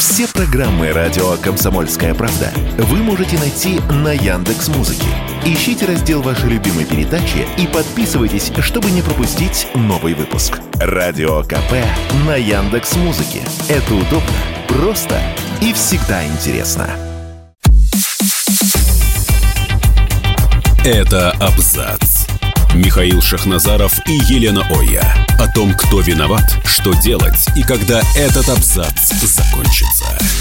Все программы радио «Комсомольская правда» вы можете найти на Яндекс.Музыке. Ищите раздел вашей любимой передачи и подписывайтесь, чтобы не пропустить новый выпуск. Радио КП на Яндекс.Музыке. Это удобно, просто и всегда интересно. Это абзац. Михаил Шахназаров и Елена Оя. О том, кто виноват, что делать и когда этот абзац закончится.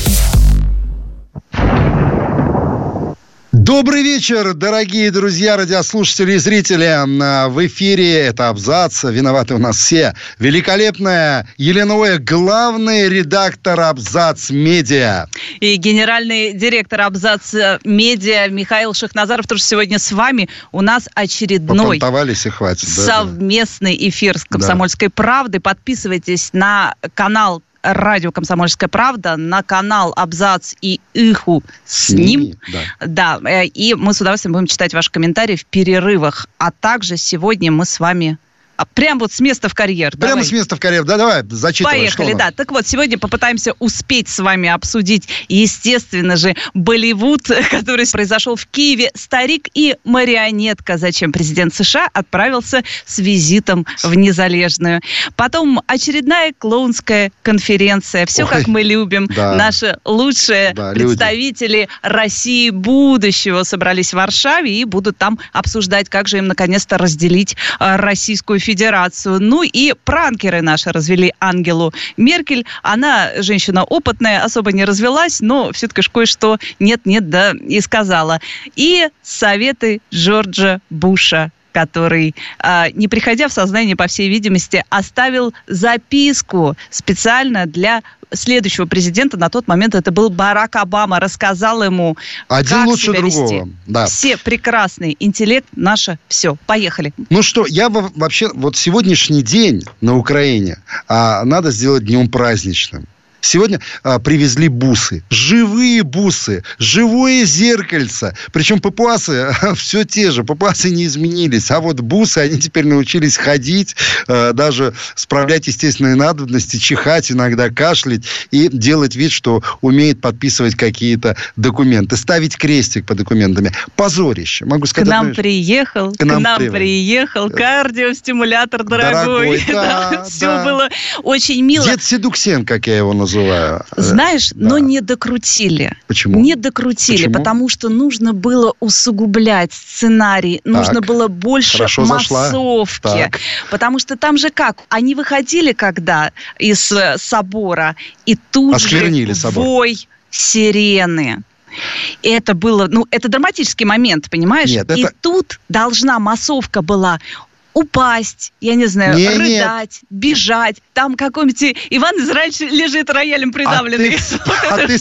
Добрый вечер, дорогие друзья, радиослушатели и зрители. В эфире это «Абзац». Виноваты у нас все. Великолепная Елена Оя, главный редактор «Абзац Медиа». И генеральный директор «Абзац Медиа» Михаил Шахназаров тоже сегодня с вами. У нас очередной и хватит, совместный эфир с «Комсомольской правдой». Подписывайтесь на канал радио «Комсомольская правда», на канал «Абзац» и «Иху» с ним. Да, и мы с удовольствием будем читать ваши комментарии в перерывах. А также сегодня мы с вами... Прям вот с места в карьер. Прямо с места в карьер. Давай, зачитывай. Поехали, да. Так вот, сегодня попытаемся успеть с вами обсудить, естественно же, Болливуд, который произошел в Киеве, старик и марионетка, зачем президент США отправился с визитом в Незалежную. Потом очередная клоунская конференция. Все, как мы любим. Да. Наши лучшие представители люди России будущего собрались в Варшаве и будут там обсуждать, как же им наконец-то разделить Российскую Федерацию. Ну и пранкеры наши развели Ангелу Меркель. Она женщина опытная, особо не развелась, но все-таки кое-что нет-нет, да и сказала. И советы Джорджа Буша, который, не приходя в сознание, по всей видимости, оставил записку специально для следующего президента. На тот момент это был Барак Обама. Рассказал ему, как себя вести. Да. Все прекрасный интеллект, наше все. Поехали. Ну что, я вообще... Вот сегодняшний день на Украине надо сделать днем праздничным. Сегодня привезли бусы. Живые бусы. Живое зеркальце. Причем папуасы все те же. Папуасы не изменились. А вот бусы, они теперь научились ходить, даже справлять естественные надобности, чихать иногда, кашлять и делать вид, что умеет подписывать какие-то документы. Ставить крестик под документами. Позорище. Могу сказать, к нам приехал кардиостимулятор дорогой. Да, все было очень мило. Дед Седуксен, как я его называю. Знаешь, но не докрутили. Почему? Не докрутили, потому что нужно было усугублять сценарий, нужно было больше массовки. Потому что там же как? Они выходили когда из собора, и тут же вой сирены. Это было, это драматический момент, понимаешь? И тут должна массовка была упасть, я не знаю, рыдать, бежать. Там какой-нибудь Иван Израильевич лежит роялем придавленный. Ты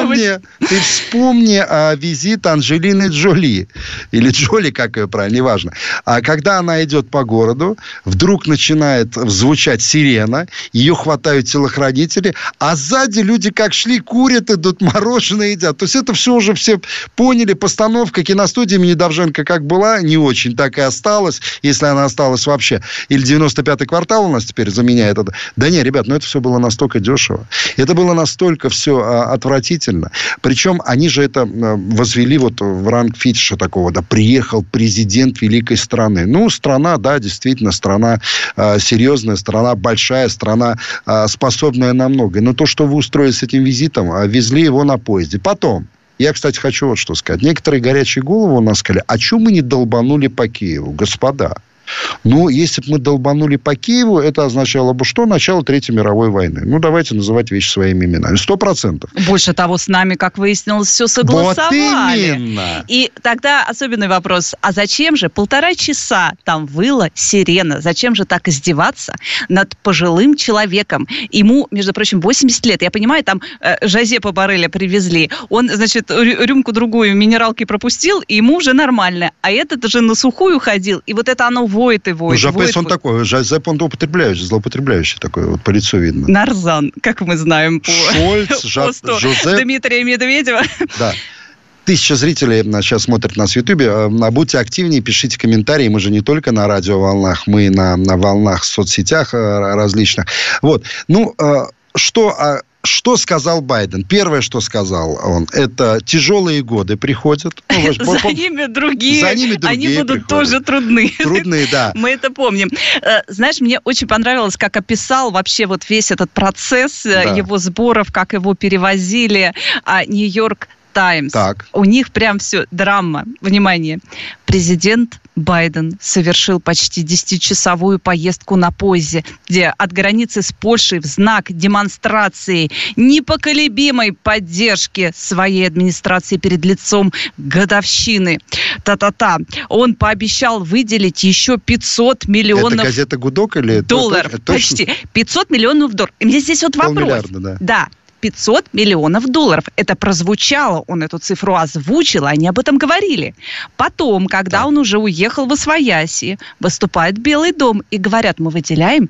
вспомни визит Анджелины Джоли. Или Джоли, как ее правильно, неважно. Когда она идет по городу, вдруг начинает звучать сирена, ее хватают телохранители, а сзади люди как шли, курят, идут, мороженое едят. То есть это все уже все поняли. Постановка киностудии имени Довженко как была, не очень, так и осталась, если она осталась вообще. Или 95-й квартал у нас теперь заменяет это. Да не, ребят, это все было настолько дешево. Это было настолько все отвратительно. Причем они же это возвели в ранг фетиша такого. Да, приехал президент великой страны. Страна, да, действительно, страна серьезная, страна большая, страна способная на многое. Но то, что вы устроили с этим визитом, везли его на поезде. Потом, я, кстати, хочу вот что сказать. Некоторые горячие головы у нас сказали, а чего мы не долбанули по Киеву, господа? Если бы мы долбанули по Киеву, это означало бы что? Начало Третьей мировой войны. Давайте называть вещи своими именами. 100%. Больше того, с нами, как выяснилось, все согласовали. Вот именно. И тогда особенный вопрос. А зачем же 1,5 часа там выла сирена? Зачем же так издеваться над пожилым человеком? Ему, между прочим, 80 лет. Я понимаю, там Жозепа Борреля привезли. Он, значит, рюмку-другую минералки пропустил, и ему уже нормально. А этот же на сухую ходил. И вот это оно воет и воет. Жопес он такой. Жозеп он злоупотребляющий такой. Вот по лицу видно. Нарзан, как мы знаем по Шольц, Жозеп. Дмитрия Медведева. Да. 1000 зрителей сейчас смотрят нас в Ютубе. Будьте активнее, пишите комментарии. Мы же не только на радиоволнах, мы на волнах в соцсетях различных. Вот. Что что сказал Байден? Первое, что сказал он, это тяжелые годы приходят. За ними другие. Они будут тоже трудны. Трудные, да. Мы это помним. Знаешь, мне очень понравилось, как описал вообще вот весь этот процесс его сборов, как его перевозили. Нью-Йорк Таймс. Так. У них прям все драма. Внимание. Президент Байден совершил почти 10-часовую поездку на поезде, где от границы с Польшей в знак демонстрации непоколебимой поддержки своей администрации перед лицом годовщины. Он пообещал выделить еще 500 миллионов... Это газета «Гудок» или... долларов. Почти. 500 миллионов долларов. И мне здесь вот вопрос. Полмиллиарда, да. Да. 500 миллионов долларов. Это прозвучало, он эту цифру озвучил, они об этом говорили. Потом, когда он уже уехал в Освояси, выступает Белый дом и говорят, мы выделяем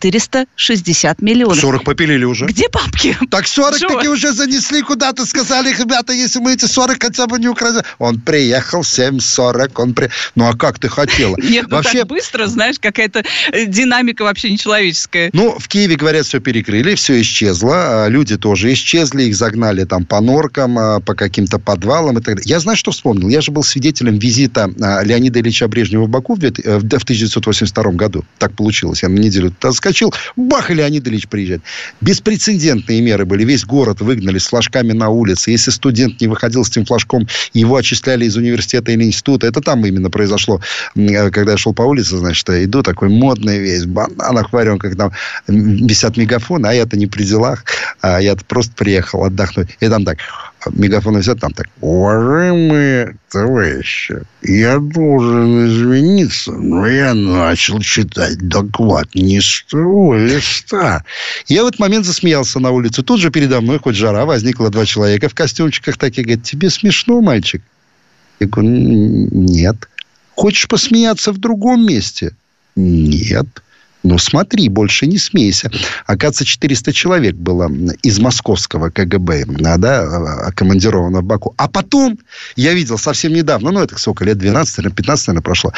460 миллионов. 40 попилили уже. Где бабки? Так 40 таки уже занесли куда-то, сказали, ребята, если мы эти 40 хотя бы не украдем. Он приехал 7:40, Ну, а как ты хотела? Нет, вообще... так быстро, знаешь, какая-то динамика вообще нечеловеческая. Ну, в Киеве, говорят, все перекрыли, все исчезло, люди тоже исчезли, их загнали там по норкам, по каким-то подвалам и так далее. Я знаю, что вспомнил. Я же был свидетелем визита Леонида Ильича Брежнева в Баку в 1982 году. Так получилось. Я на неделю туда заскочил. Бах, и Леонид Ильич приезжает. Беспрецедентные меры были. Весь город выгнали с флажками на улице. Если студент не выходил с этим флажком, его отчисляли из университета или института. Это там именно произошло. Когда я шел по улице, значит, иду такой модный весь, банан, аквариум, как там висят мегафоны, а я-то не при делах. Я-то просто приехал отдохнуть. И там так, мегафон висят, там так, уважаемые товарищи, я должен извиниться, но я начал читать доклад не с того листа. Я в этот момент засмеялся на улице. Тут же передо мной, хоть жара, возникло 2 человека в костюмчиках такие, говорят, тебе смешно, мальчик? Я говорю, нет. Хочешь посмеяться в другом месте? Нет. Ну, смотри, больше не смейся. Оказывается, 400 человек было из московского КГБ, да, командировано в Баку. А потом, я видел совсем недавно, ну, это сколько, лет 12, наверное, 15, наверное, прошло,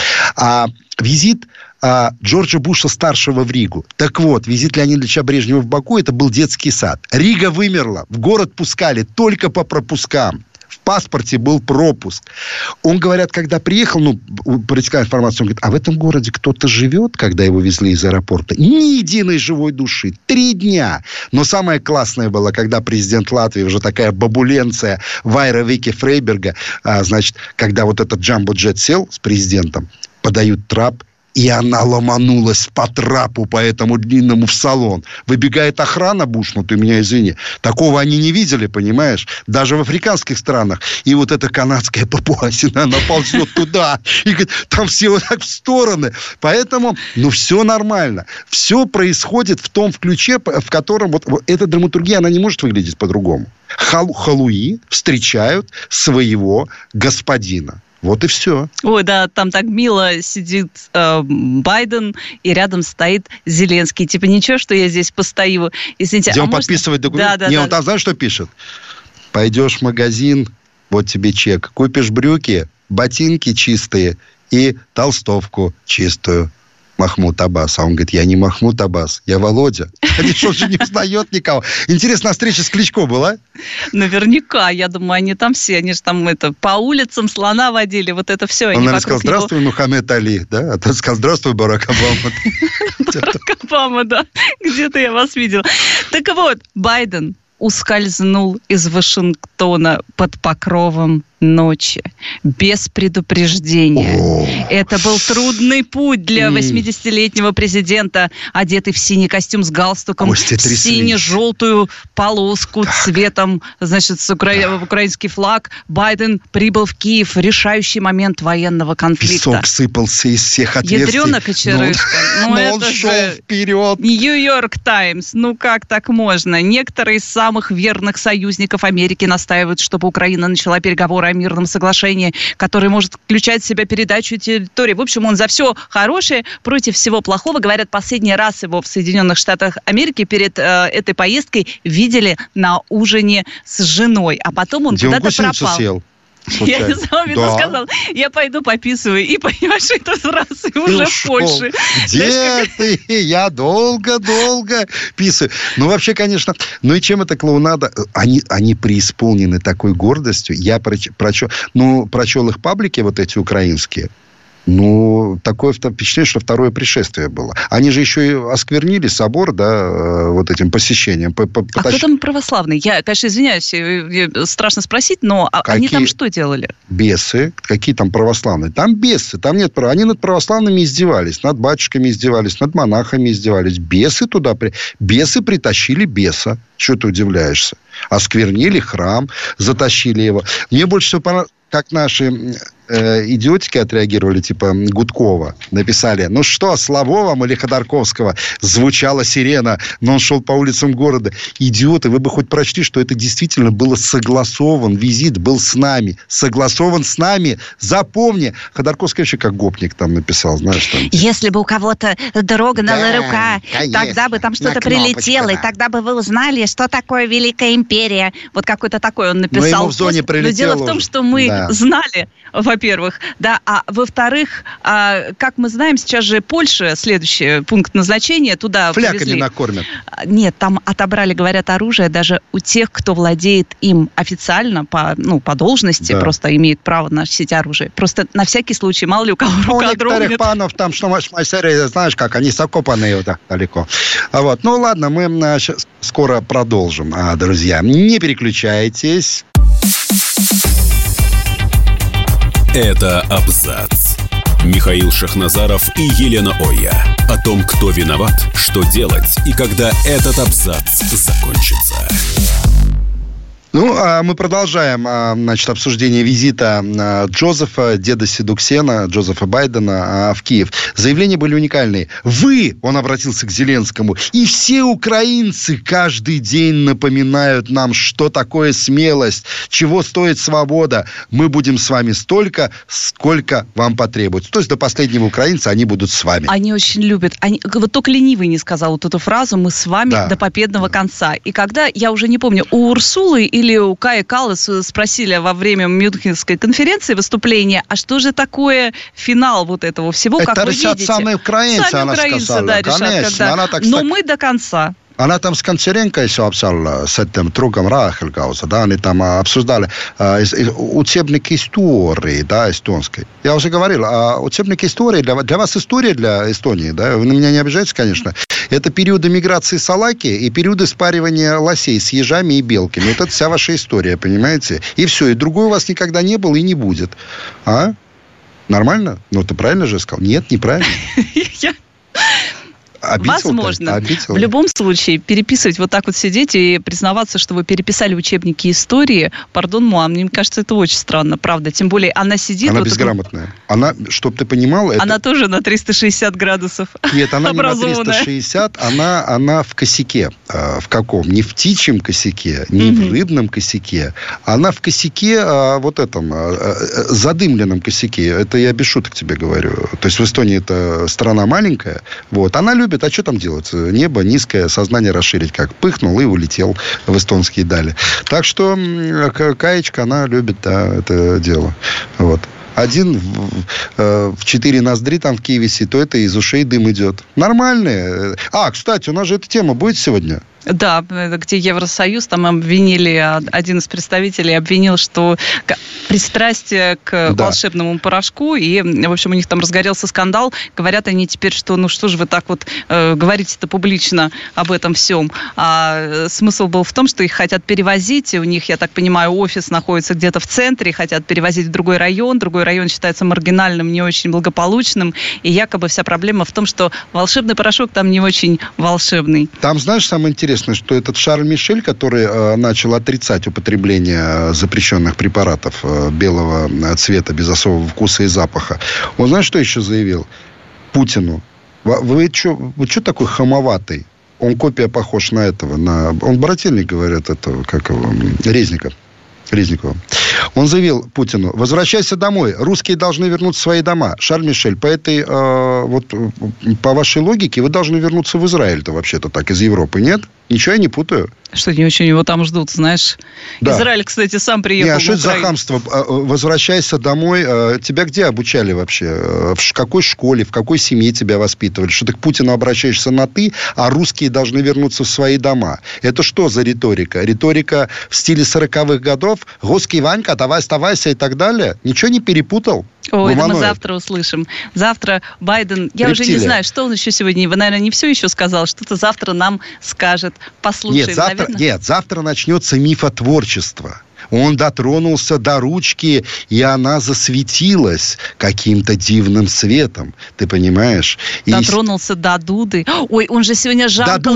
визит Джорджа Буша-старшего в Ригу. Так вот, визит Леонида Ильича Брежнева в Баку, это был детский сад. Рига вымерла, в город пускали только по пропускам. В паспорте был пропуск. Он, говорят, когда приехал, протекая информацию, он говорит, а в этом городе кто-то живет, когда его везли из аэропорта? Ни единой живой души. 3 дня. Но самое классное было, когда президент Латвии, уже такая бабуленция, Вайра Вики Фрейберга, значит, когда вот этот джамбо-джет сел с президентом, подают трап, и она ломанулась по трапу, по этому длинному в салон. Выбегает охрана, Буш, ну ты меня извини. Такого они не видели, понимаешь? Даже в африканских странах. И вот эта канадская папуасина, она ползет туда. И говорит, там все вот так в стороны. Поэтому, все нормально. Все происходит в том ключе, в котором вот эта драматургия, она не может выглядеть по-другому. Халуи встречают своего господина. Вот и все. Ой, да, там так мило сидит Байден, и рядом стоит Зеленский. Типа, ничего, что я здесь постою. Извините, где он подписывает документ? Да. Он там, знаешь, что пишет? Пойдешь в магазин, вот тебе чек. Купишь брюки, ботинки чистые и толстовку чистую. Махмуд Аббас. А он говорит, я не Махмуд Аббас, я Володя. Он же не узнает никого. Интересно, встреча с Кличко была? Наверняка. Я думаю, они там все. Они же там по улицам слона водили. Вот это все. Он, наверное, сказал, здравствуй, Мухаммед Али. Да? А тот сказал, здравствуй, Барак Обама. Барак Обама, да. Где-то я вас видел. Так вот, Байден ускользнул из Вашингтона под покровом ночи, без предупреждения. Это был трудный путь для 80-летнего президента, одетый в синий костюм с галстуком, в сине-желтую полоску цветом, значит, украинский флаг. Байден прибыл в Киев в решающий момент военного конфликта. Песок сыпался из всех отверстий. Ядрёна кочерышка. Но он шел вперед. Нью-Йорк Таймс. Ну как так можно? Некоторые из самых верных союзников Америки настаивают, чтобы Украина начала переговоры о мирном соглашении, которое может включать в себя передачу территории. В общем, он за все хорошее против всего плохого. Говорят, последний раз его в Соединенных Штатах Америки перед этой поездкой видели на ужине с женой. А потом он куда-то пропал. Съел? случайно? Я не знаю, Да. сказал, я пойду пописываю, и понимаешь, это сразу и уже в ушел. Польше. Где ты? Я долго-долго писаю. Ну, вообще, конечно. Ну, и чем эта клоунада? Они преисполнены такой гордостью. Я прочел их паблики, вот эти украинские. Ну, такое впечатление, что второе пришествие было. Они же еще и осквернили собор, да, вот этим посещением. А кто там православный? Я, конечно, извиняюсь, страшно спросить, но они там что делали? Бесы. Какие там православные? Там бесы. Там нет права. Они над православными издевались. Над батюшками издевались. Над монахами издевались. Бесы туда... Бесы притащили беса. Чего ты удивляешься? Осквернили храм. Затащили его. Мне больше всего понравилось, как наши... идиотики отреагировали, типа Гудкова. Написали, ну что, Славовым или Ходорковского звучала сирена, но он шел по улицам города. Идиоты, вы бы хоть прочли, что это действительно было согласован. Визит был с нами. Согласован с нами. Запомни. Ходорковский вообще как гопник там написал, знаешь. Там. Если бы у кого-то дрогнула рука, конечно. тогда бы там что-то Кнопочку, прилетело, да. и тогда бы вы узнали, что такое Великая Империя. Вот какой-то такой он написал. Но ему в зоне пост. Но прилетело дело в том, уже. что мы Да. знали, во-первых, да, а во-вторых, как мы знаем, сейчас же Польша, следующий пункт назначения, туда Фляками повезли. накормят. Нет, там отобрали, говорят, оружие даже у тех, кто владеет им официально по должности, Да. просто имеет право носить оружие. Просто на всякий случай, мало ли у кого У рука некоторых дрогнет. панов там, что знаешь, как они закопанные вот так далеко. Вот. Ну, ладно, мы щас скоро продолжим, друзья. Не переключайтесь. Это «Абзац». Михаил Шахназаров и Елена Оя. О том, кто виноват, что делать и когда этот абзац закончится. Ну, мы продолжаем, значит, обсуждение визита Джозефа, деда Седуксена, Джозефа Байдена в Киев. Заявления были уникальные. Он обратился к Зеленскому, и все украинцы каждый день напоминают нам, что такое смелость, чего стоит свобода. Мы будем с вами столько, сколько вам потребуется. То есть до последнего украинца они будут с вами. Они очень любят. Вот только ленивый не сказал вот эту фразу «мы с вами Да. до победного конца». И когда, я уже не помню, у Урсулы или у Каи Каллас спросили во время Мюнхенской конференции выступления, а что же такое финал вот этого всего, Это как вы решат видите? сами украинцы, Сами она украинцы, сказала. да, решат, Конечно, когда. она так Но ста- мы до конца. Она там с Концеренко еще общалась, с этим другом Рахельгауса, да, они там обсуждали учебник истории, да, эстонской. Я уже говорил, учебник истории, для вас история для Эстонии, да, вы на меня не обижаетесь, конечно, это периоды миграции салаки и периоды спаривания лосей с ежами и белками. Вот это вся ваша история, понимаете? И все, и другой у вас никогда не было и не будет. Нормально? Ну, ты правильно же сказал? Нет, неправильно. Обидел, Возможно. Обидел. В любом случае, переписывать, вот так вот сидеть и признаваться, что вы переписали учебники истории, пардон, муа, мне кажется, это очень странно, правда. Тем более, она сидит... Она вот безграмотная. Она, чтоб ты понимал... Она тоже на 360 градусов Нет, она не на образованная. 360, она в косяке. В каком? Не в птичьем косяке, не в рыбном косяке. Она в косяке, вот этом, задымленном косяке. Это я без шуток тебе говорю. То есть в Эстонии это страна маленькая. Вот. Она любит, а что там делать? Небо низкое, сознание расширить как. Пыхнул и улетел в эстонские дали. Так что Каечка, она любит, да, это дело. Вот. Один в 4 ноздри там в Киеве сидит, то это из ушей дым идет. Нормально. Кстати, у нас же эта тема будет сегодня. Да, где Евросоюз, там обвинили, один из представителей обвинил, что пристрастие к волшебному порошку, и, в общем, у них там разгорелся скандал. Говорят они теперь, что, что же вы так вот говорите-то публично об этом всем. А смысл был в том, что их хотят перевозить, и у них, я так понимаю, офис находится где-то в центре, хотят перевозить в другой район считается маргинальным, не очень благополучным, и якобы вся проблема в том, что волшебный порошок там не очень волшебный. Там, знаешь, самое интересное, что этот Шарль Мишель, который начал отрицать употребление запрещенных препаратов белого цвета, без особого вкуса и запаха, он, знаешь, что еще заявил? Путину. Вы что такой хамоватый? Он копия похож на этого. Он брательник, говорят, этого, как его, Резникова. Он заявил Путину: возвращайся домой, русские должны вернуться в свои дома. Шарль Мишель, по вашей логике, вы должны вернуться в Израиль-то вообще-то так, из Европы, нет? Ничего я не путаю. Что не очень его там ждут, знаешь. Да. Израиль, кстати, сам приехал. А что это за хамство? Возвращайся домой. Тебя где обучали вообще? В какой школе, в какой семье тебя воспитывали? Что ты к Путину обращаешься на «ты», а русские должны вернуться в свои дома? Это что за риторика? Риторика в стиле 40-х годов? Русский Ванька, давай оставайся и так далее? Ничего не перепутал? Ой, это мы завтра услышим. Завтра Байден... Я уже не знаю, что он еще сегодня... Вы, наверное, не все еще сказал. Что-то завтра нам скажет. Послушаем, Нет, завтра начнется мифотворчество. Он дотронулся до ручки, и она засветилась каким-то дивным светом. Ты понимаешь? Дотронулся до Дуды. Ой, он же сегодня жамкал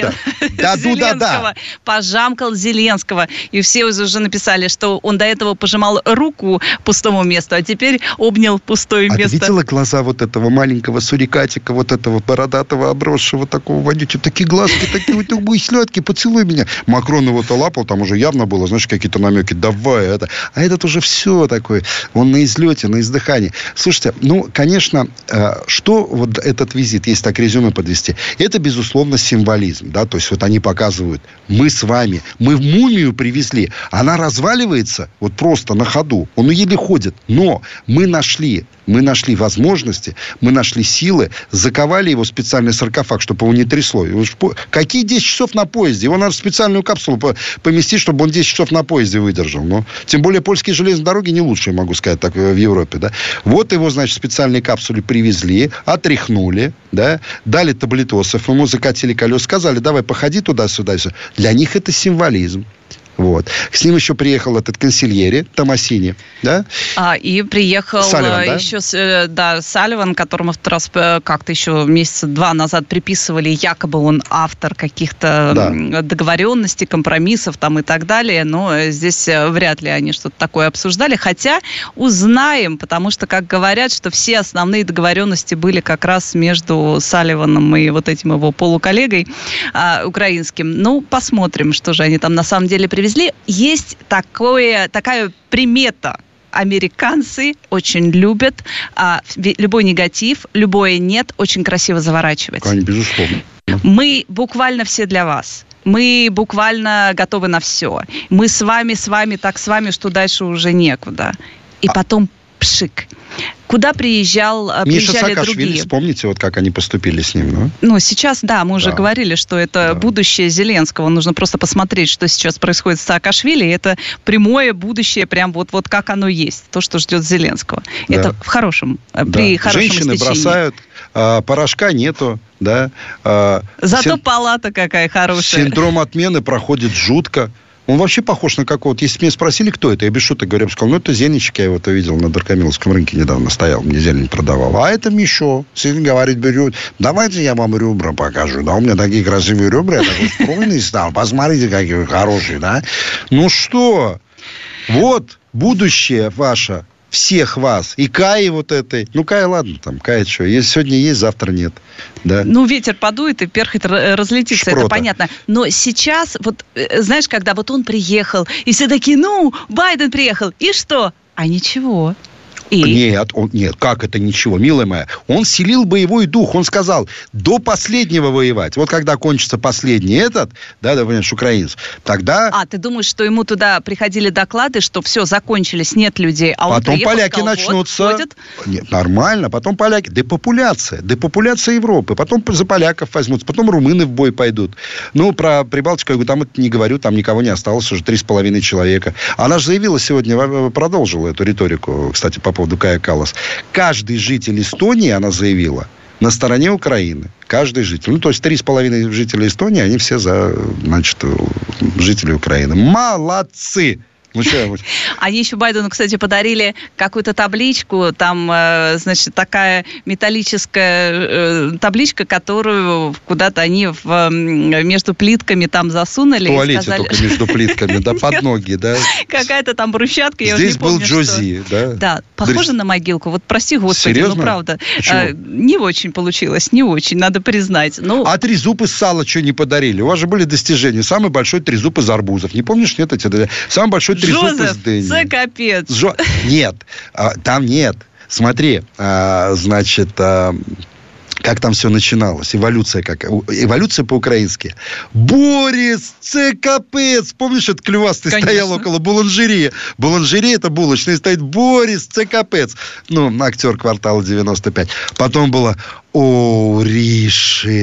Зеленского. Пожамкал Зеленского. И все уже написали, что он до этого пожимал руку пустому месту, а теперь обнял пустое место. Ты видела глаза вот этого маленького сурикатика, вот этого бородатого, обросшего, такого вонючего? Такие глазки, такие вот слядки, поцелуй меня. Макрон его-то лапал, там уже явно было, знаешь, какие-то намеки. Давай это. А этот уже все такой. Он на излете, на издыхании. Слушайте, конечно, что вот этот визит, если так резюме подвести, это, безусловно, символизм. Да? То есть, вот они показывают, мы с вами, мы мумию привезли, она разваливается вот просто на ходу. Он еле ходит. Но мы нашли возможности, мы нашли силы, заковали его в специальный саркофаг, чтобы его не трясло. Какие 10 часов на поезде? Его надо в специальную капсулу поместить, чтобы он 10 часов на поезде выдержал. Но, тем более, польские железные дороги не лучшие, могу сказать, так в Европе. Да? Вот его, значит, в специальной капсуле привезли, отряхнули, да? Дали таблетосов, ему закатили колеса, сказали, давай, походи туда-сюда. Для них это символизм. Вот. С ним еще приехал этот консильери Томасини, да? И приехал Салливан, еще Салливан, которому в тот раз как-то еще месяца 2 назад приписывали, якобы он автор каких-то договоренностей, компромиссов там и так далее. Но здесь вряд ли они что-то такое обсуждали. Хотя узнаем, потому что, как говорят, что все основные договоренности были как раз между Салливаном и вот этим его полуколлегой украинским. Ну, посмотрим, что же они там на самом деле привезли. Есть такая примета. Американцы очень любят любой негатив, любое «нет» очень красиво заворачивать. Конечно, безусловно. Мы буквально все для вас. Мы буквально готовы на все. Мы с вами, что дальше уже некуда. И потом пшик. Куда приезжали Миша Саакашвили, другие? Вспомните, вот как они поступили с ним, ну? Ну, сейчас, мы уже говорили, что это будущее Зеленского. Нужно просто посмотреть, что сейчас происходит с Саакашвили. Это прямое будущее, прям вот как оно есть. То, что ждет Зеленского. Да. Это в хорошем, при хорошем Женщины истечении. Бросают, порошка нету, да. Зато палата какая хорошая. Синдром отмены проходит жутко. Он вообще похож на какого-то... Если меня спросили, кто это, я без шуток говорю, я бы сказал, это зельничек, я его-то видел на Даркомиловском рынке недавно стоял, мне зелень продавал. А это Мишо. Сын говорит, берет, давайте я вам ребра покажу. Да, у меня такие красивые ребра, я такой стройный стал. Посмотрите, какие вы хорошие, да. Ну что? Вот будущее ваше. Всех вас. И Каи вот этой. Ну, Кая, ладно, там, Кая что. Если сегодня есть, завтра нет. Да. Ну, ветер подует, и перхоть разлетится, Шпрота. это понятно. Но сейчас, вот, знаешь, когда вот он приехал, и все такие, Байден приехал, и что? А ничего. Нет, как это ничего, милая моя. Он селил боевой дух, он сказал, до последнего воевать. Вот когда кончится последний понимаешь, украинец, тогда... ты думаешь, что ему туда приходили доклады, что все, закончились, нет людей, а он потом приехал, поляки сказал, начнутся. Ходят? Нет, нормально, потом поляки. Депопуляция Европы. Потом за поляков возьмутся, потом румыны в бой пойдут. Ну, про Прибалтику, я говорю, там это не говорю, там никого не осталось, уже 3,5 человека. Она же заявила сегодня, продолжила эту риторику, кстати, по поводу Кая Каллас. Каждый житель Эстонии, она заявила, на стороне Украины. Каждый житель. То есть 3,5 жителей Эстонии, они все за, жители Украины. Молодцы! Они еще Байдену, кстати, подарили какую-то табличку, там, значит, такая металлическая табличка, которую куда-то они между плитками там засунули. В туалете сказали... только между плитками, да, под ноги, да. Какая-то там брусчатка, я здесь уже не помню, был Джози, да. Да, похоже на могилку. Вот прости, Господи, серьезно? Правда. Почему? Не очень получилось, не очень, надо признать. А трезуб из сала что не подарили? У вас же были достижения. Самый большой трезуб из арбузов. Не помнишь, нет? Самый большой 3 зубы с Джозеф дыней. Цекапец. Нет, там нет. Смотри, значит... Как там все начиналось? Эволюция по-украински. Борис Цекапец. Помнишь, этот клювастый стоял около буланжерии? Буланжерия — это булочная. Стоит Борис Цекапец. Актер «Квартала 95». Потом было «О, Риши».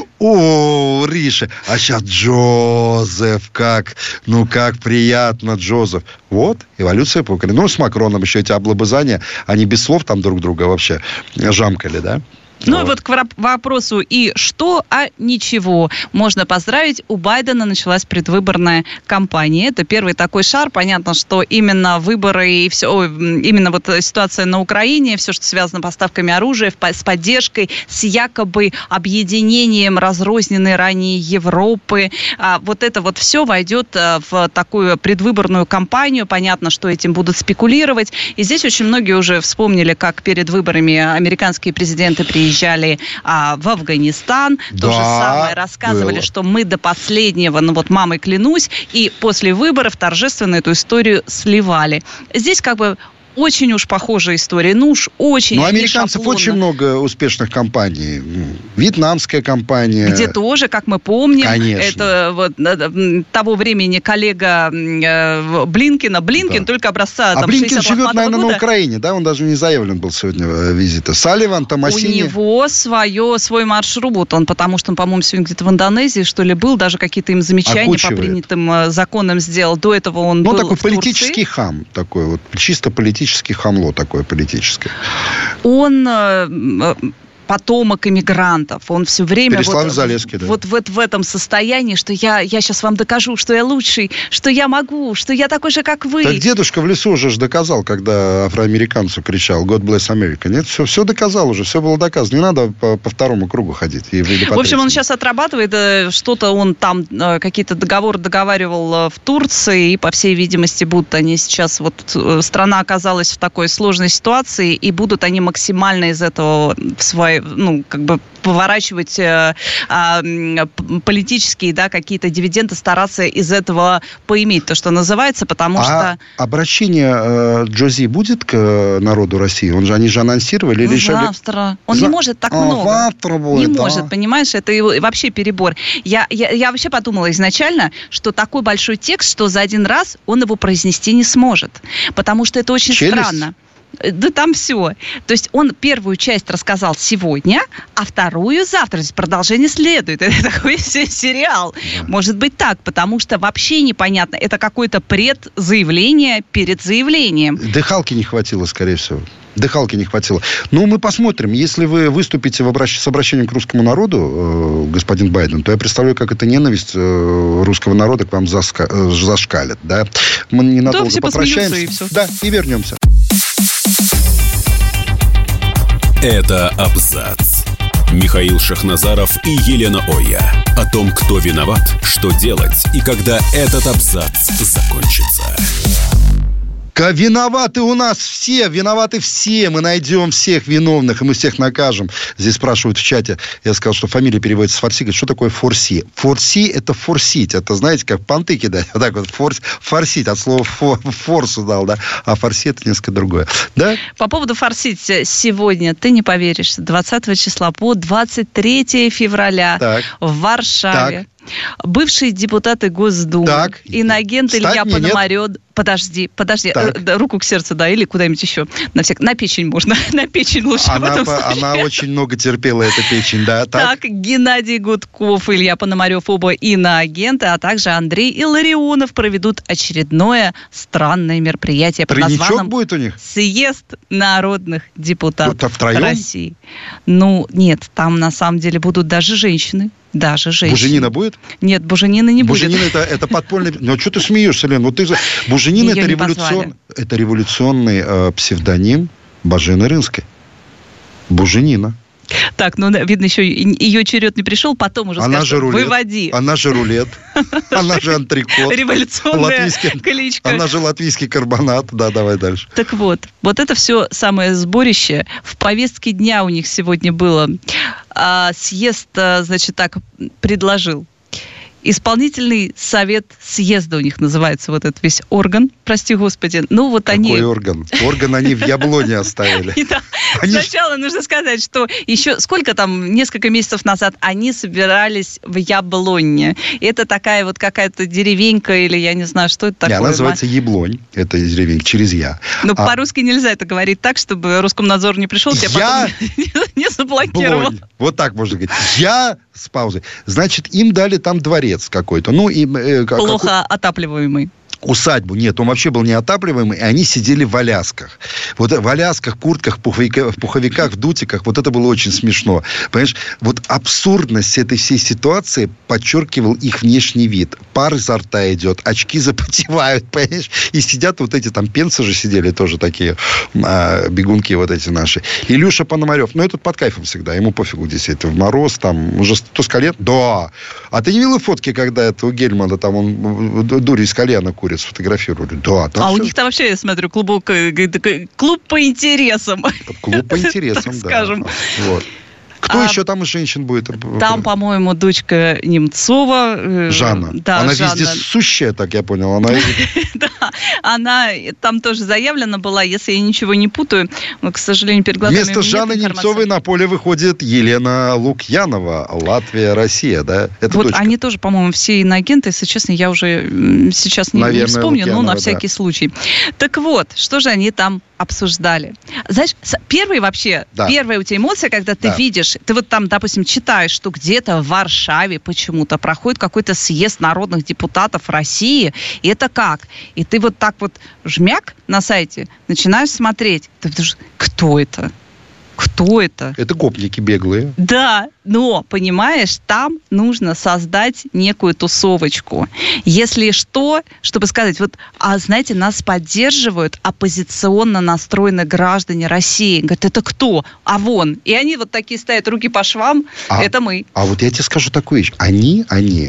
А сейчас Джозеф. Как приятно, Джозеф. Вот, эволюция по-украински. С Макроном еще эти облобызания. Они без слов там друг друга вообще жамкали, да? И вот к вопросу «и что?», а ничего. Можно поздравить, у Байдена началась предвыборная кампания. Это первый такой шар. Понятно, что именно выборы и все, именно вот ситуация на Украине, все, что связано с поставками оружия, с поддержкой, с якобы объединением разрозненной ранее Европы. Вот это вот все войдет в такую предвыборную кампанию. Понятно, что этим будут спекулировать. И здесь очень многие уже вспомнили, как перед выборами американские президенты приезжали в Афганистан. Да, то же самое рассказывали, было. что мы до последнего, мамой клянусь, и после выборов торжественно эту историю сливали. Здесь очень уж похожая история. Очень. У американцев очень много успешных компаний. Вьетнамская компания. Где тоже, как мы помним, Конечно. это того времени коллега Блинкина. Блинкин только образца Блинкин живет, наверное, года. на Украине, да? Он даже не заявлен был сегодня визита. Салливан, Томасини. У него свой маршрут. Потому что он, по-моему, сегодня где-то в Индонезии, что ли, был. Даже какие-то им замечания Окучивает. по принятым законам сделал. До этого он был такой в Турции. политический хам. Такой вот чисто политический хамло такое политическое. Он потомок иммигрантов. Он все время Переславль-Залесский, да. вот в этом состоянии, что я сейчас вам докажу, что я лучший, что я могу, что я такой же, как вы. Так дедушка в лесу уже доказал, когда афроамериканцу кричал «God bless America». Нет, все доказал уже, все было доказано. Не надо по второму кругу ходить. В общем, он сейчас отрабатывает что-то, он там какие-то договоры договаривал в Турции, и, по всей видимости, будут они сейчас, страна оказалась в такой сложной ситуации, и будут они максимально из этого в своей поворачивать политические, какие-то дивиденды, стараться из этого поиметь, то, что называется, потому что... обращение Джози будет к народу России? Они же анонсировали? Или завтра. Он не может так много. Завтра будет, не может, понимаешь? Это вообще перебор. Я вообще подумала изначально, что такой большой текст, что за один раз он его произнести не сможет. Потому что это очень странно. Да там все. То есть он первую часть рассказал сегодня, а вторую завтра. То есть продолжение следует. Это такой сериал. Да. Может быть так, потому что вообще непонятно. Это какое-то предзаявление перед заявлением. Дыхалки не хватило, скорее всего. Дыхалки не хватило. Мы посмотрим. Если вы выступите с обращением к русскому народу, господин Байден, то я представляю, как эта ненависть русского народа к вам зашкалит. Да? Мы ненадолго попрощаемся. И все. Да, и вернемся. Это «Абзац». Михаил Шахназаров и Елена Оя. О том, кто виноват, что делать и когда этот абзац закончится. Виноваты у нас все, виноваты все. Мы найдем всех виновных, и мы всех накажем. Здесь спрашивают в чате. Я сказал, что фамилия переводится с форси. Говорит, что такое форси? Форси – это форсить. Это, знаете, как понты кидать. Вот так вот, форсить. От слова форсу дал, да? А форси – это несколько другое. Да? По поводу форсить. Сегодня, ты не поверишь, 20 числа по 23 февраля в Варшаве. Бывшие депутаты Госдумы, инагент Илья Пономарев. Подожди. Руку к сердцу, или куда-нибудь еще. На печень можно. На печень лучше. Она очень много терпела, эта печень, да? Так, Геннадий Гудков, Илья Пономарев, оба иноагенты, а также Андрей Илларионов проведут очередное странное мероприятие под названием будет у них? «Съезд народных депутатов втроем? России». Нет, там на самом деле будут даже женщины. Буженина будет? Нет, Буженина не будет. Буженина это подпольный... что ты смеешься, Лен? Буженина это революционный псевдоним Божены Рынской. Буженина. Так, видно, еще ее черед не пришел, потом уже скажут, выводи. Она же рулет. Она же антрикот. Революционная кличка. Она же латвийский карбонат. Да, давай дальше. Так вот это все самое сборище. В повестке дня у них сегодня было. Съезд, предложил Исполнительный совет съезда у них называется вот этот весь орган, прости господи. Ну вот они... Какой орган? Орган они в Яблоне оставили. Сначала нужно сказать, что еще сколько там, несколько месяцев назад они собирались в Яблоне. Это такая вот какая-то деревенька или я не знаю, что это такое. Она называется Яблонь. Это деревенька через Я. Ну, по-русски нельзя это говорить так, чтобы Роскомнадзор не пришел, тебя потом не заблокировал. Вот так можно говорить. Я с паузой. Значит, им дали там дворец какой-то. Плохо отапливаемый. Усадьбу. Нет, он вообще был неотапливаемый, и они сидели в алясках. Вот в алясках, куртках, в пуховиках, в дутиках. Вот это было очень смешно. Понимаешь, вот абсурдность этой всей ситуации подчеркивал их внешний вид. Пар изо рта идет, очки запотевают, понимаешь? И сидят вот эти, там, пенсы же сидели тоже такие, бегунки вот эти наши. Илюша Пономарев, этот под кайфом всегда, ему пофигу, действительно, в мороз, там, уже то с колен. Да! А ты не видел фотки, когда это у Гельмана, там, он дурью из колена курит? Сфотографировали. Да, у них там вообще, я смотрю, клуб по интересам. Клуб по интересам, да. Скажем. Вот. Кто еще там из женщин будет? Там, по-моему, дочка Немцова. Жанна. Да, она Жанна. вездесущая, так я понял. Да, она там тоже заявлена была, если я ничего не путаю, но, к сожалению, перед глазами вместо Жанны Немцовой на поле выходит Елена Лукьянова, Латвия, Россия, да? Это вот дочка. Они тоже, по-моему, все иноагенты, если честно, я уже сейчас не вспомню, Лукьянова, но на всякий случай. Так вот, что же они там обсуждали? Знаешь, первая у тебя эмоция, когда ты видишь, ты вот там, допустим, читаешь, что где-то в Варшаве почему-то проходит какой-то съезд народных депутатов России, и это как? И ты вот так вот жмяк на сайте начинаешь смотреть, ты думаешь, кто это? Кто это? Это гопники беглые. Да, но, понимаешь, там нужно создать некую тусовочку. Если что, чтобы сказать, знаете, нас поддерживают оппозиционно настроенные граждане России. Говорят, это кто? А вон. И они вот такие стоят, руки по швам, это мы. А вот я тебе скажу такую вещь. Они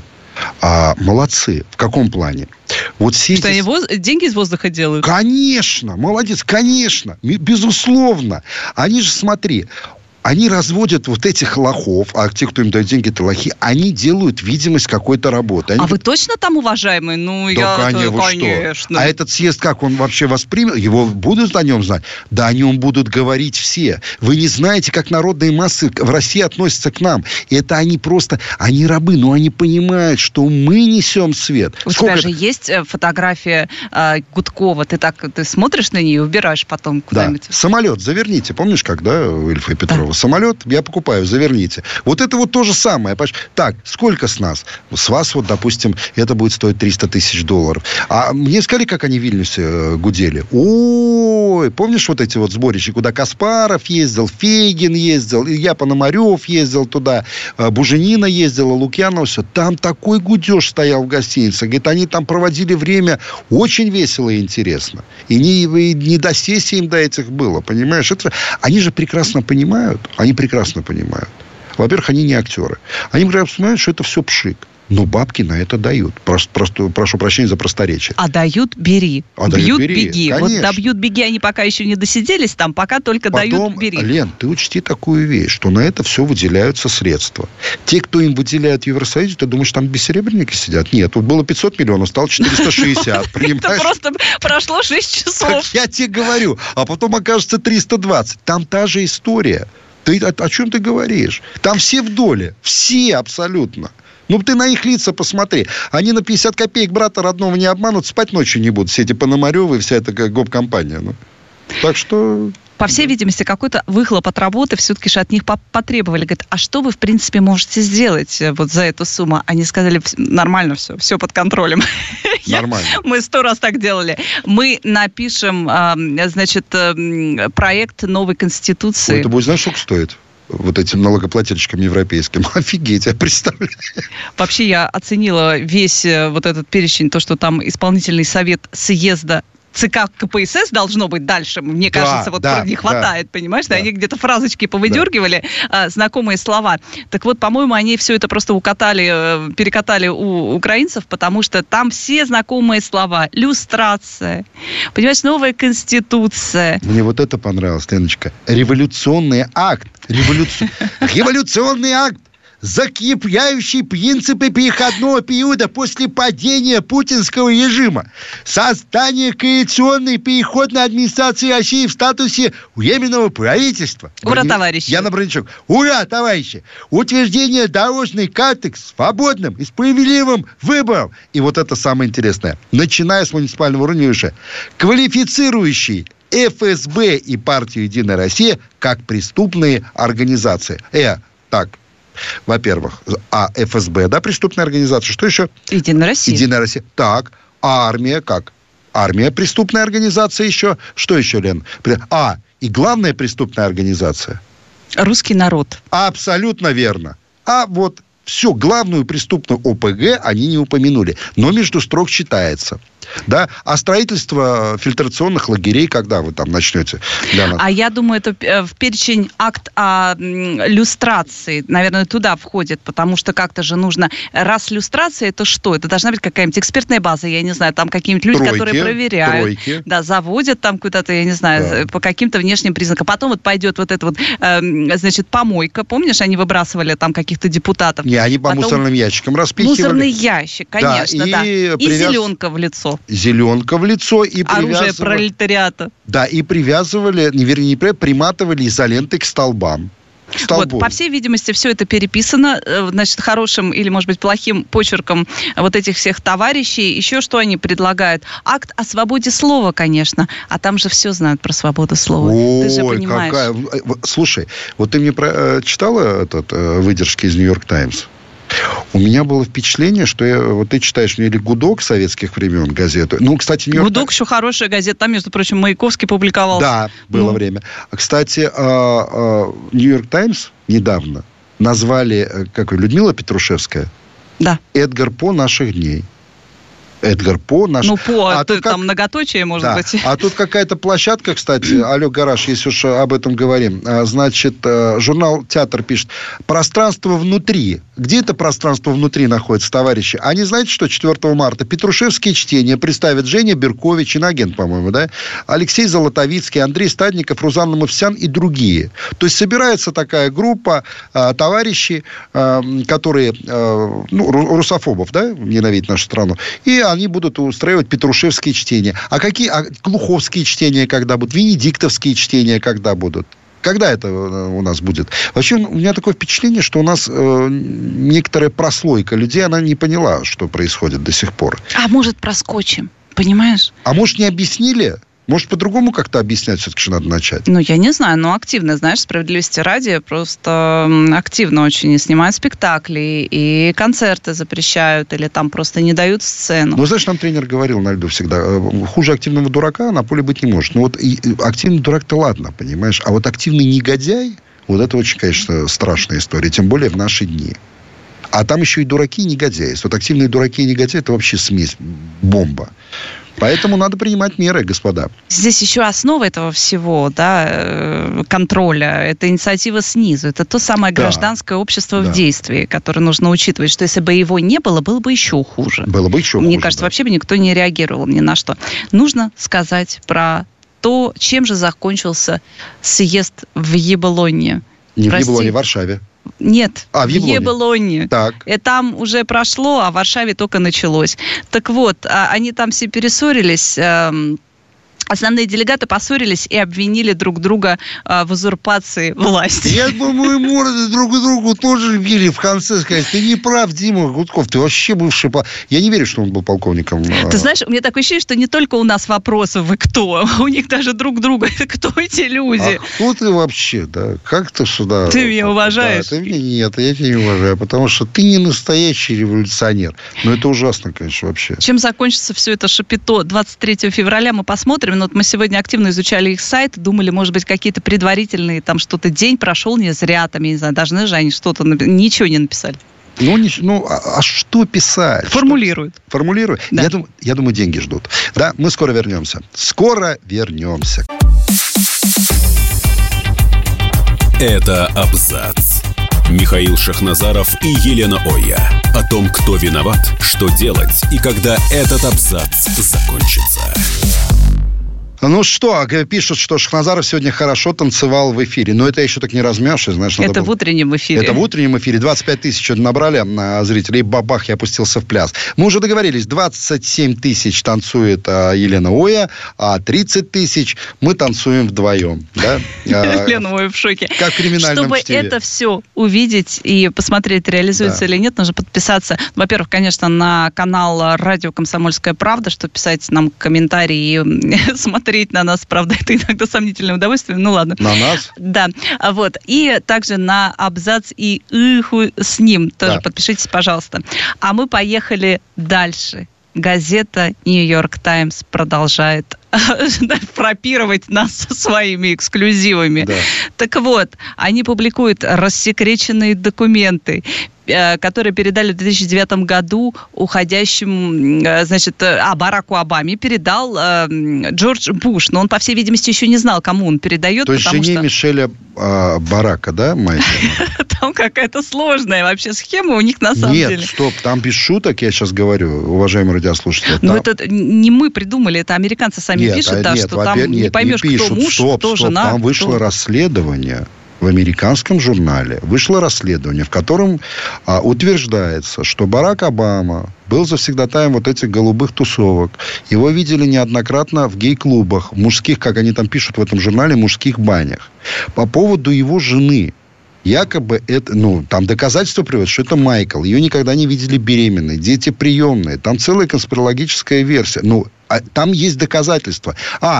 молодцы. В каком плане? Вот что они деньги из воздуха делают? Конечно, молодец, конечно, безусловно. Они же, смотри, они разводят вот этих лохов, а те, кто им дает деньги, это лохи, они делают видимость какой-то работы. Вы точно там, уважаемые? Конечно. А этот съезд, как он вообще воспримет? Его будут о нем знать? Да, о нем будут говорить все. Вы не знаете, как народные массы в России относятся к нам. Это они рабы, но они понимают, что мы несем свет. У тебя же есть фотография Гудкова. Ты смотришь на нее и убираешь потом куда-нибудь? Да. Самолет заверните. Помнишь, когда у Ильфа и Петрова? Самолет я покупаю, заверните. Вот это вот то же самое. Так, сколько с нас? С вас, допустим, это будет стоить $300 000. А мне сказали, как они в Вильнюсе гудели. Ой, помнишь вот эти вот сборища, куда Каспаров ездил, Фейгин ездил, Илья Пономарев ездил туда, Буженина ездила, Лукьянова, все. Там такой гудеж стоял в гостинице. Говорит, они там проводили время очень весело и интересно. И не до сессии им до этих было, понимаешь? Они же прекрасно понимают. Во-первых, они не актеры. Они прекрасно понимают, что это все пшик. Но бабки на это дают. Прошу прощения за просторечие. А дают, бери. Бьют, беги. Конечно. Вот добьют, беги, они пока еще не досиделись там, пока только дают, бери. Лен, ты учти такую вещь, что на это все выделяются средства. Те, кто им выделяют в Евросоюзе, ты думаешь, там бессеребренники сидят? Нет, тут было 500 миллионов, стало 460. Это просто прошло 6 часов. Я тебе говорю. А потом окажется 320. Там та же история. Ты о чем ты говоришь? Там все в доле. Все абсолютно. Ты на их лица посмотри. Они на 50 копеек брата родного не обманут, спать ночью не будут. Все эти Пономаревы и вся эта гоп-компания. Так что... По всей видимости, какой-то выхлоп от работы все-таки же от них потребовали. Говорят, а что вы, в принципе, можете сделать вот за эту сумму? Они сказали, нормально все под контролем. Нормально. Мы 100 раз так делали. Мы напишем, проект новой Конституции. Это будет, знаешь, сколько стоит? Вот этим налогоплательщикам европейским. Офигеть, я представляю. Вообще, я оценила весь вот этот перечень, то, что там исполнительный совет съезда ЦК КПСС должно быть дальше. Мне кажется, не хватает, понимаешь? Да. Они где-то фразочки повыдергивали, знакомые слова. Так вот, по-моему, они все это просто перекатали у украинцев, потому что там все знакомые слова. Люстрация, понимаешь, новая конституция. Мне вот это понравилось, Леночка. Революционный акт. Революционный акт. закрепляющий принципы переходного периода после падения путинского режима. Создание коалиционной переходной администрации России в статусе временного правительства. Ура, товарищи! Яна Броничук. Ура, товарищи! Утверждение дорожной карты к свободным и справедливым выборам. И вот это самое интересное. Начиная с муниципального уровня выше. Квалифицирующий ФСБ и партию «Единая Россия» как преступные организации. Так, во-первых, ФСБ, да, преступная организация. Что еще? «Единая Россия». «Единая Россия». Так, а армия как? Армия преступная организация еще. Что еще, Лен? И главная преступная организация. Русский народ. Абсолютно верно. А вот все, главную преступную ОПГ они не упомянули. Но между строк читается. Да? А строительство фильтрационных лагерей, когда вы там начнете? А я думаю, это в перечень акт о люстрации, наверное, туда входит, потому что как-то же нужно... Раз люстрация, это что? Это должна быть какая-нибудь экспертная база, я не знаю, там какие-нибудь люди, которые проверяют. Да, заводят там куда-то, я не знаю, по каким-то внешним признакам. Потом вот пойдет вот эта вот, значит, помойка. Помнишь, они выбрасывали там каких-то депутатов? Не, они по мусорным яичкам распихивали. Мусорный ящик, конечно, да. И зеленка в лицо. Зеленка в лицо и привязывали... Оружие пролетариата. Да, и привязывали, приматывали изолентой к столбам. Вот, по всей видимости, все это переписано, значит, хорошим или, может быть, плохим почерком вот этих всех товарищей. Еще что они предлагают? Акт о свободе слова, конечно. А там же все знают про свободу слова. Ой, ты же понимаешь. Слушай, вот ты мне читала выдержки из «Нью-Йорк Таймс»? У меня было впечатление, что ты читаешь или «Гудок» советских времен газету. Ну, кстати, «Нью-Йорк «Гудок» еще хорошая газета. Там, между прочим, Маяковский публиковался. Да, было время. Кстати, «Нью-Йорк Таймс» недавно назвали, Людмила Петрушевская? Да. Эдгар По наших дней. Эдгар По наш... там многоточие, может быть. А тут какая-то площадка, кстати, алло, гараж, если уж об этом говорим. Значит, журнал «Театр» пишет: пространство внутри. Где это пространство внутри находится, товарищи? Они, знаете, что 4 марта Петрушевские чтения представят Женя Беркович, иноагент, по-моему, да? Алексей Золотовицкий, Андрей Стадников, Рузанна Мовсян и другие. То есть собирается такая группа товарищей, которые, русофобов, да, ненавидят нашу страну, и они будут устраивать петрушевские чтения. А глуховские чтения когда будут? Венедиктовские чтения когда будут? Когда это у нас будет? Вообще, у меня такое впечатление, что у нас некоторая прослойка людей, она не поняла, что происходит до сих пор. А может, проскочим? Понимаешь? А может, не объяснили? Может, по-другому как-то объяснять все-таки, что надо начать? Я не знаю, но активно, знаешь, справедливости ради, просто активно очень снимают спектакли, и концерты запрещают, или там просто не дают сцену. Знаешь, нам тренер говорил на льду всегда, хуже активного дурака на поле быть не может. Активный дурак-то ладно, понимаешь? А вот активный негодяй, вот это очень, конечно, страшная история, тем более в наши дни. А там еще и дураки, и негодяи. Вот активные дураки и негодяи – это вообще смесь, бомба. Поэтому надо принимать меры, господа. Здесь еще основа этого всего, да, контроля, это инициатива снизу. Это то самое гражданское общество в действии, которое нужно учитывать, что если бы его не было, было бы еще хуже. Мне кажется, вообще бы никто не реагировал ни на что. Нужно сказать про то, чем же закончился съезд в Ебелоне. Не в Ебелоне, в Варшаве. Нет, в Ебелоне. И там уже прошло, а в Варшаве только началось. Так вот, они там все перессорились. Основные делегаты поссорились и обвинили друг друга в узурпации власти. Я думаю, морды друг другу тоже били в конце сказать: ты не прав, Дима Гудков, ты вообще бывший... Я не верю, что он был полковником. Ты знаешь, у меня такое ощущение, что не только у нас вопросы: вы кто? У них даже друг друга. Кто эти люди? А кто ты вообще, да? Как ты сюда... Ты меня уважаешь? Да, нет, я тебя не уважаю, потому что ты не настоящий революционер. Но это ужасно, конечно, вообще. Чем закончится все это шапито 23 февраля, мы посмотрим. Мы сегодня активно изучали их сайт, думали, может быть, какие-то предварительные, там что-то, день прошел не зря, там, я не знаю, должны же они что-то, ничего не написали. А что писать? Формулируют. Формулируют? Да. Я думаю, деньги ждут. Да, мы скоро вернемся. Скоро вернемся. Это «Абзац». Михаил Шахназаров и Елена Оя. О том, кто виноват, что делать и когда этот абзац закончится. Ну что, пишут, что Шахназаров сегодня хорошо танцевал в эфире. Но это еще так не размяшь, знаешь. Это в утреннем эфире. Это в утреннем эфире. 25 тысяч набрали зрителей. Бабах, я опустился в пляс. Мы уже договорились. 27 тысяч танцует Елена Оя, а 30 тысяч мы танцуем вдвоем. Да? Елена Оя в шоке. Как в криминальном Чтобы чтиве. это все увидеть и посмотреть, реализуется или нет, нужно подписаться. Во-первых, конечно, на канал «Радио Комсомольская правда», чтобы писать нам комментарии и смотреть на нас, правда, это иногда сомнительное удовольствие, ну ладно. На нас? Да, вот. И также на Абзац и Иху с ним тоже Да. подпишитесь, пожалуйста. А мы поехали дальше. Газета «Нью-Йорк Таймс» продолжает фрапировать нас своими эксклюзивами. Да. Так вот, они публикуют рассекреченные документы, которые передали в 2009 году уходящему, Бараку Обаме передал Джордж Буш. Но он, по всей видимости, еще не знал, кому он передает. То есть жене Мишеля Барака, да, Майкл? Там какая-то сложная вообще схема у них на самом деле. Нет, стоп, там без шуток, я сейчас говорю, уважаемые радиослушатели. Но это не мы придумали, это американцы сами пишут, что там не поймешь, кто муж, кто жена. Там вышло расследование. В американском журнале вышло расследование, в котором утверждается, что Барак Обама был завсегдатаем вот этих голубых тусовок. Его видели неоднократно в гей-клубах, мужских, как они там пишут в этом журнале, мужских банях. По поводу его жены. Якобы это, там доказательства приводят, что это Майкл. Ее никогда не видели беременной. Дети приемные. Там целая конспирологическая версия. Там есть доказательства.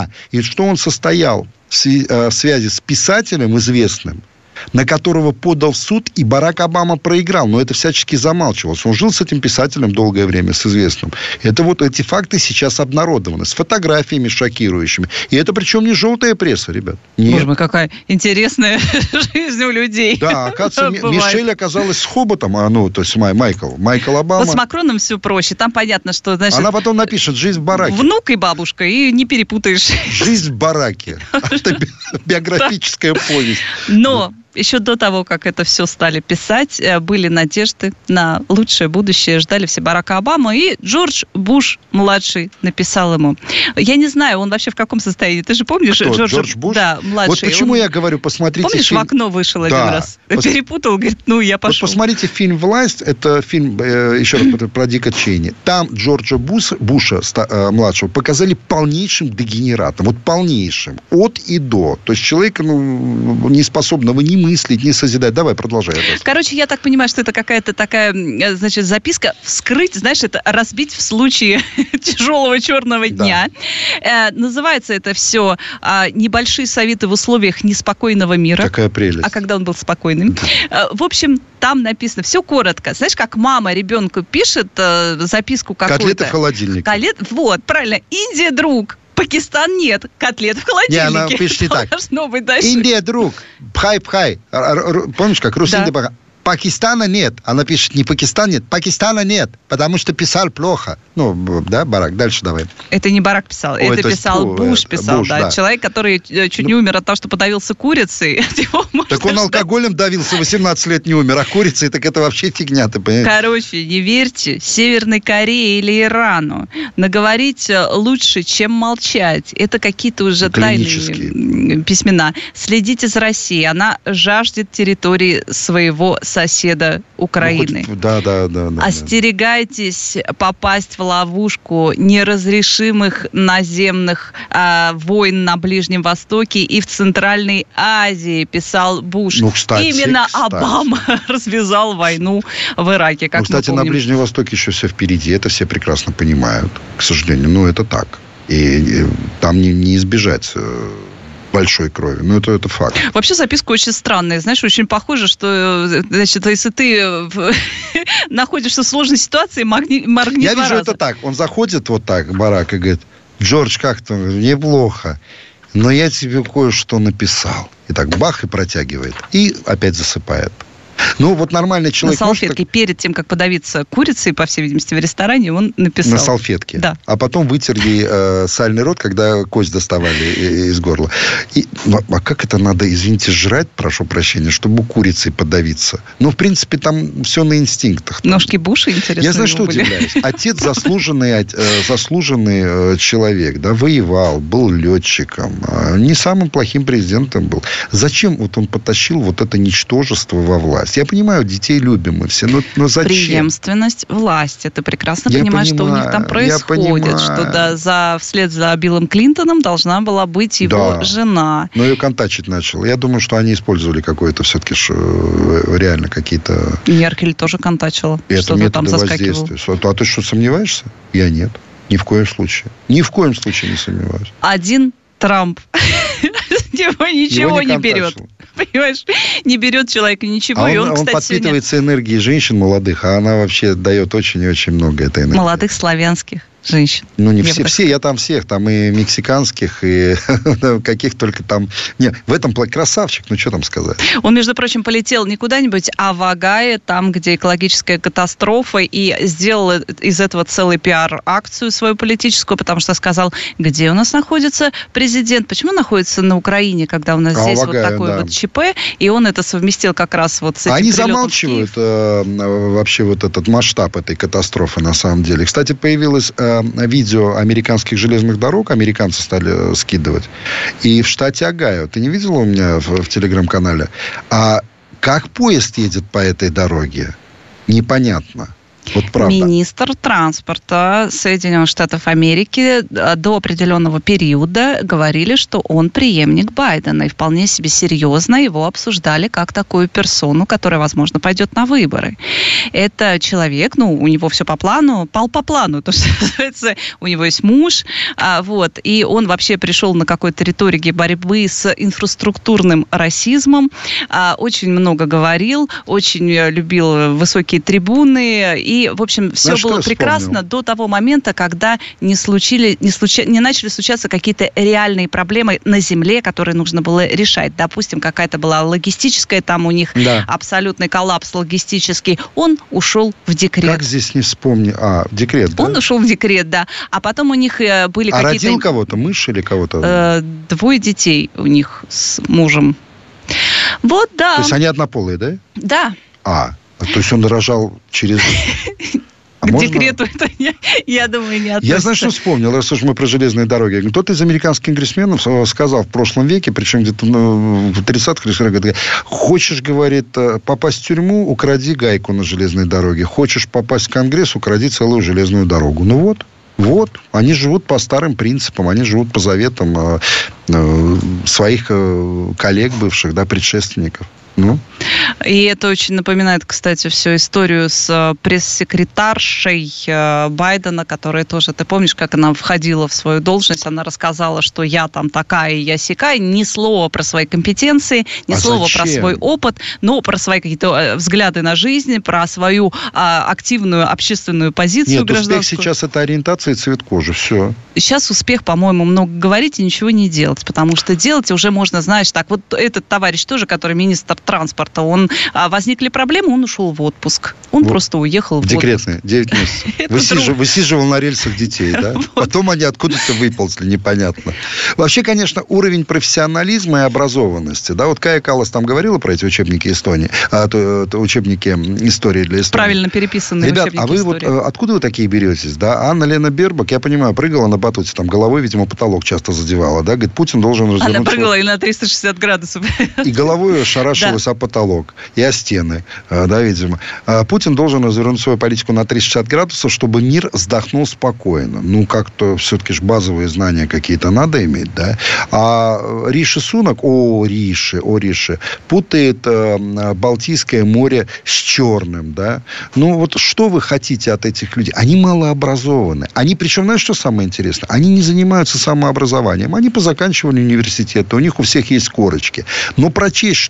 И что он состоял в связи с писателем известным, на которого подал в суд, и Барак Обама проиграл. Но это всячески замалчивалось. Он жил с этим писателем долгое время, с известным. Это вот эти факты сейчас обнародованы. С фотографиями шокирующими. И это причем не желтая пресса, ребят. Нет. Боже мой, какая интересная жизнь у людей. Да, оказывается, Мишель оказалась с хоботом. То есть Майкл Обама. Вот с Макроном все проще. Там понятно, что... Значит, она потом напишет «Жизнь в бараке». Внук и бабушка, и не перепутаешь. «Жизнь в бараке». Биографическая повесть. Но еще до того, как это все стали писать, были надежды на лучшее будущее. Ждали все Барака Обама. И Джордж Буш-младший написал ему. Я не знаю, он вообще в каком состоянии. Ты же помнишь? Кто? Джордж Буш? Да, младший. Вот почему я говорю, посмотрите помнишь, фильм... в окно вышел один раз? Перепутал, говорит, я пошел. Вот посмотрите фильм «Власть». Это фильм, еще раз, про Дика Чейни. Там Джорджа Буша, младшего, показали полнейшим дегенератом. Вот полнейшим. От и до. То есть человека, не способного ни мыслить, ни созидать. Давай, продолжай. Короче, я так понимаю, что это какая-то такая, записка. Вскрыть, это разбить в случае тяжелого черного дня. Называется это все «Небольшие советы в условиях неспокойного мира». Какая прелесть. А когда он был спокойным? В общем, там написано все коротко. Знаешь, как мама ребенку пишет записку какую-то. Котлеты в холодильнике. Вот, правильно. Индия, друг. Пакистан нет. Котлет в холодильнике. Не, она пишет не так. Должно быть дальше. Индия, друг. Пхай. Помнишь, как Русинда Бага? Пакистана нет. Она пишет, не Пакистан нет, Пакистана нет, потому что писал плохо. Барак, дальше давай. Это не Барак писал, это писал Буш писал, Буш, да. Человек, который чуть не умер от того, что подавился курицей. Так он алкоголем давился, 18 лет не умер, а курицей, так это вообще фигня, ты понимаешь? Короче, не верьте Северной Корее или Ирану. Наговорить лучше, чем молчать. Это какие-то уже тайные письмена. Следите за Россией. Она жаждет территории своего соседа Украины. Да. Остерегайтесь попасть в ловушку неразрешимых наземных войн на Ближнем Востоке и в Центральной Азии, писал Буш. Именно Обама развязал войну в Ираке, как мы помним. На Ближнем Востоке еще все впереди. Это все прекрасно понимают, к сожалению. Это так. И там не избежать большой крови. Это факт. Вообще записка очень странная. Знаешь, очень похоже, что, если ты находишься в сложной ситуации, моргни два раза. Я вижу это так. Он заходит вот так, Барак, и говорит: Джордж, как-то неплохо, но я тебе кое-что написал. И так бах, и протягивает. И опять засыпает. Ну, вот нормальный На человек салфетке. Перед тем, как подавиться курицей, по всей видимости, в ресторане, он написал. На салфетке. Да. А потом вытер ей сальный рот, когда кость доставали из горла. А как это надо, извините, жрать, прошу прощения, чтобы курицей подавиться? Ну, в принципе, там все на инстинктах. Ножки Буша, интересно. Я знаю, что удивляюсь. Отец заслуженный человек, да, воевал, был летчиком, не самым плохим президентом был. Зачем вот он потащил вот это ничтожество во власть? Я понимаю, детей любим мы все, но зачем? Преемственность власти. Ты прекрасно понимаешь, что у них там происходит, что вслед за Биллом Клинтоном должна была быть его жена. Но ее контачить начал. Я думаю, что они использовали какое-то все-таки реально какие-то... Меркель тоже контачила. Что-то там заскакивало. А ты что, сомневаешься? Я нет. Ни в коем случае. Ни в коем случае не сомневаюсь. Один Трамп. Его ничего не берет. Понимаешь? Не берет человека ничего. Он подпитывается энергией женщин молодых, а она вообще дает очень и очень много этой энергии. Молодых славянских женщин. Ну, не все. Я там всех. Там и мексиканских, и каких только там... Не, в этом красавчик. Ну, что там сказать? Он, между прочим, полетел не куда-нибудь, а в Огайо, там, где экологическая катастрофа, и сделал из этого целую пиар-акцию свою политическую, потому что сказал, где у нас находится президент, почему находится на Украине, когда у нас здесь вот такой вот ЧП, и он это совместил как раз вот с этим Они прилетом замалчивают вообще вот этот масштаб этой катастрофы, на самом деле. Кстати, появилось видео американских железных дорог, американцы стали скидывать. И в штате Огайо, ты не видела у меня в телеграм-канале? А как поезд едет по этой дороге? Непонятно. Вот правда. Министр транспорта Соединенных Штатов Америки до определенного периода говорили, что он преемник Байдена. И вполне себе серьезно его обсуждали как такую персону, которая, возможно, пойдет на выборы. Это человек, у него все по плану, пал по плану, то, что называется, у него есть муж, и он вообще пришел на какой-то риторике борьбы с инфраструктурным расизмом, очень много говорил, очень любил высокие трибуны, и, в общем, все было прекрасно до того момента, когда не начали случаться какие-то реальные проблемы на земле, которые нужно было решать. Допустим, какая-то была логистическая, там у них абсолютный коллапс логистический. Он ушел в декрет. Как здесь не вспомни? Декрет, да? Он ушел в декрет, да. А потом у них были какие-то... родил кого-то, мышь или кого-то? 2 детей у них с мужем. Вот, да. То есть они однополые, да? Да. То есть он рожал через... К декрету это, я думаю, не относится. Я, знаешь, что вспомнил, раз уж мы про железные дороги. Кто-то из американских конгрессменов сказал в прошлом веке, причем где-то в 30-х, говорит, хочешь, говорит, попасть в тюрьму, укради гайку на железной дороге. Хочешь попасть в Конгресс, укради целую железную дорогу. Вот, они живут по старым принципам, они живут по заветам своих коллег бывших, предшественников. И это очень напоминает, кстати, всю историю с пресс-секретаршей Байдена, которая тоже, ты помнишь, как она входила в свою должность, она рассказала, что я там такая, я сякая, ни слова про свои компетенции, ни слова про свой опыт, но про свои какие-то взгляды на жизнь, про свою активную общественную позицию гражданскую. Нет, успех сейчас это ориентация и цвет кожи, все. Сейчас успех, по-моему, много говорить и ничего не делать, потому что делать уже можно, знаешь, так, вот этот товарищ тоже, который министр транспорта, возникли проблемы, он ушел в отпуск. Он просто уехал в декретный, отпуск. 9 месяцев. Высиживал на рельсах детей, да? Потом они откуда-то выползли, непонятно. Вообще, конечно, уровень профессионализма и образованности, да, вот Кая Каллас там говорила про эти учебники учебники истории для Эстонии. Правильно переписанные учебники истории. Ребят, а вы откуда вы такие беретесь, да? Анна Лена Бербак, я понимаю, прыгала на батуте, там головой, видимо, потолок часто задевала, да? Говорит, Путин должен развернуться. Она прыгала и на 360 градусов. И головой шарашилась о потолок и о стены, да, видимо. Путин должен развернуть свою политику на 360 градусов, чтобы мир вздохнул спокойно. Как-то все-таки ж базовые знания какие-то надо иметь, да. А Риши Сунак, Риши, путает Балтийское море с Черным, да. Вот что вы хотите от этих людей? Они малообразованы. Они, причем, знаешь, что самое интересное? Они не занимаются самообразованием. Они позаканчивали университеты. У них у всех есть корочки. Но прочесть что-то в свободе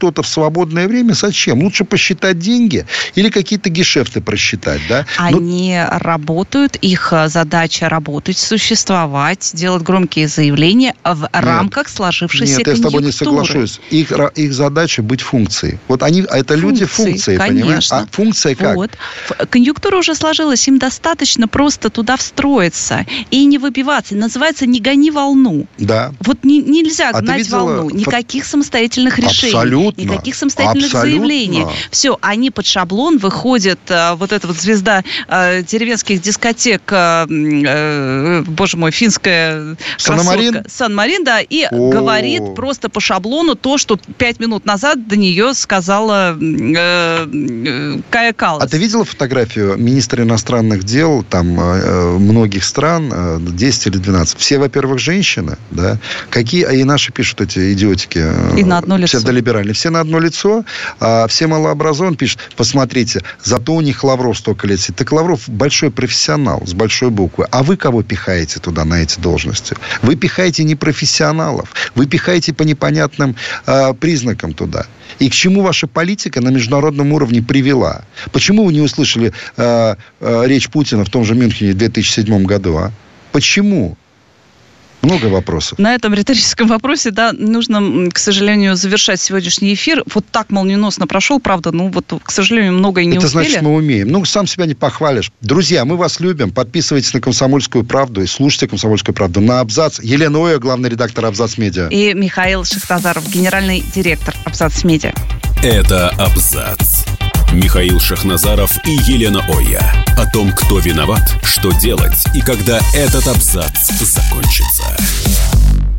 свободное время зачем? Лучше посчитать деньги или какие-то гешефты просчитать, да? Они работают, их задача работать, существовать, делать громкие заявления в рамках сложившейся конъюнктуры. Нет, я с тобой не соглашусь. Их задача быть функцией. Вот они, это люди функции, понимаешь? А функция как? Вот. Конъюнктура уже сложилась, им достаточно просто туда встроиться и не выбиваться. Называется «не гони волну». Да. Вот нельзя гнать волну. Никаких самостоятельных решений. Абсолютно. Никаких самостоятельных заявлений. Все, они под шаблон выходят, вот эта вот звезда деревенских дискотек, боже мой, финская красотка. Сан-Марин, да, и говорит просто по шаблону то, что 5 минут назад до нее сказала Кая Каллас. А ты видела фотографию министра иностранных дел там многих стран, 10 или 12? Все, во-первых, женщины, да? И наши пишут эти идиотики. И на одно лицо. Псевдолиберальные. Все на одно лицо, а все малообразованные пишут, посмотрите, зато у них Лавров столько лет сидит. Так Лавров большой профессионал, с большой буквы. А вы кого пихаете туда, на эти должности? Вы пихаете не профессионалов. Вы пихаете по непонятным признакам туда. И к чему ваша политика на международном уровне привела? Почему вы не услышали речь Путина в том же Мюнхене в 2007 году? А? Почему? Много вопросов. На этом риторическом вопросе, да, нужно, к сожалению, завершать сегодняшний эфир. Вот так молниеносно прошел, правда, к сожалению, многое не успели. Это значит, мы умеем. Сам себя не похвалишь. Друзья, мы вас любим. Подписывайтесь на «Комсомольскую правду» и слушайте «Комсомольскую правду» на Абзац. Елена Оя, главный редактор Абзац Медиа. И Михаил Шахназаров, генеральный директор Абзац Медиа. Это Абзац. Михаил Шахназаров и Елена Оя. О том, кто виноват, что делать и когда этот абзац закончится.